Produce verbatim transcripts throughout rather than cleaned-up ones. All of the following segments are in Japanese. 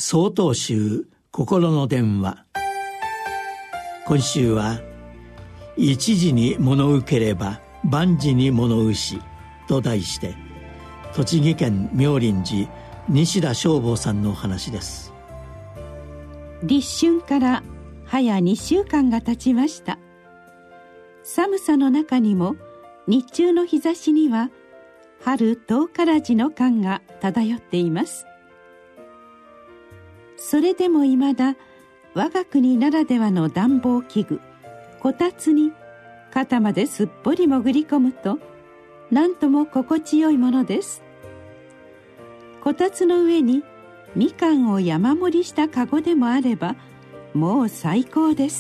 曹洞宗心の電話。今週は一時に物受ければ万事に物失と題して、栃木県妙林寺西田正坊さんのお話です。 立春から早にしゅうかんが経ちました。寒さの中にも日中の日差しには春遠からずの感が漂っています。それでもいまだ我が国ならではの暖房器具こたつに肩まですっぽり潜り込むと、なんとも心地よいものです。こたつの上にみかんを山盛りしたかごでもあればもう最高です。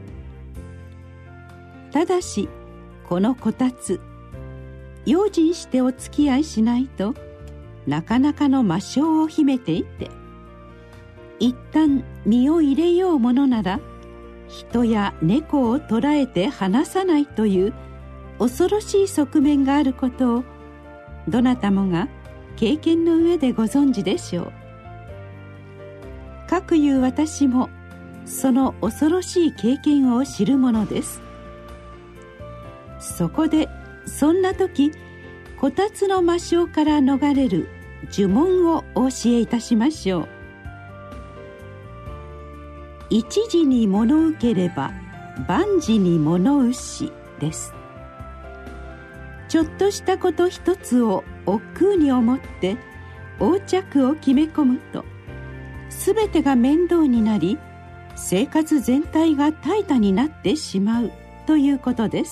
ただしこのこたつ、用心してお付き合いしないとなかなかの魔性を秘めていて、一旦身を入れようものなら人や猫を捕らえて離さないという恐ろしい側面があることをどなたもが経験の上でご存知でしょう。かくいう私もその恐ろしい経験を知るものです。そこでそんな時、こたつの魔性から逃れる呪文をお教えいたしましょう。一時に物受ければ万事に物失です。ちょっとしたこと一つを億劫に思って横着を決め込むと、すべてが面倒になり生活全体が怠惰になってしまうということです。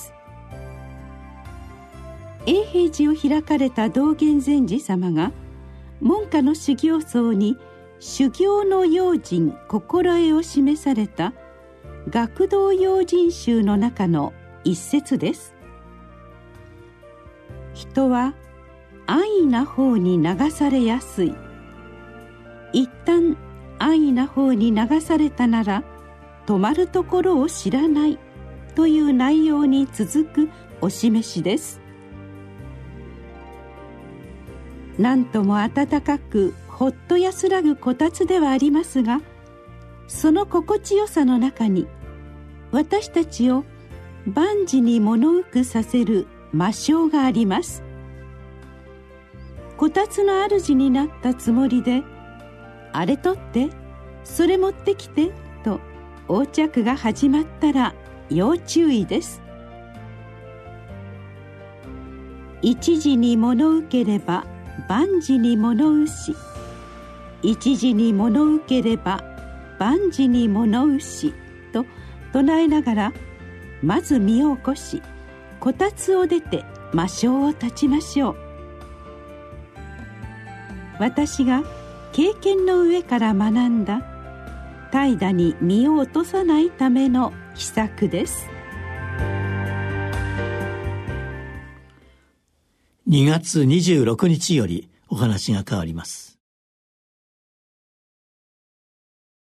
永平寺を開かれた道元禅師様が門下の修行僧に修行の用心心得を示された学道用心集の中の一節です。人は安易な方に流されやすい。一旦安易な方に流されたなら止まるところを知らないという内容に続くお示しです。なんとも温かくほっと安らぐこたつではありますが、その心地よさの中に私たちを万事に物浮くさせる魔性があります。こたつの主になったつもりで、あれ取ってそれ持ってきてと横着が始まったら要注意です。一時に物受ければ万事に物失、一時に物受ければ万事に物失と唱えながら、まず身を起こしこたつを出て魔性を断ちましょう。私が経験の上から学んだ怠惰に身を落とさないための秘策です。 にがつにじゅうろくにちよりお話が変わります。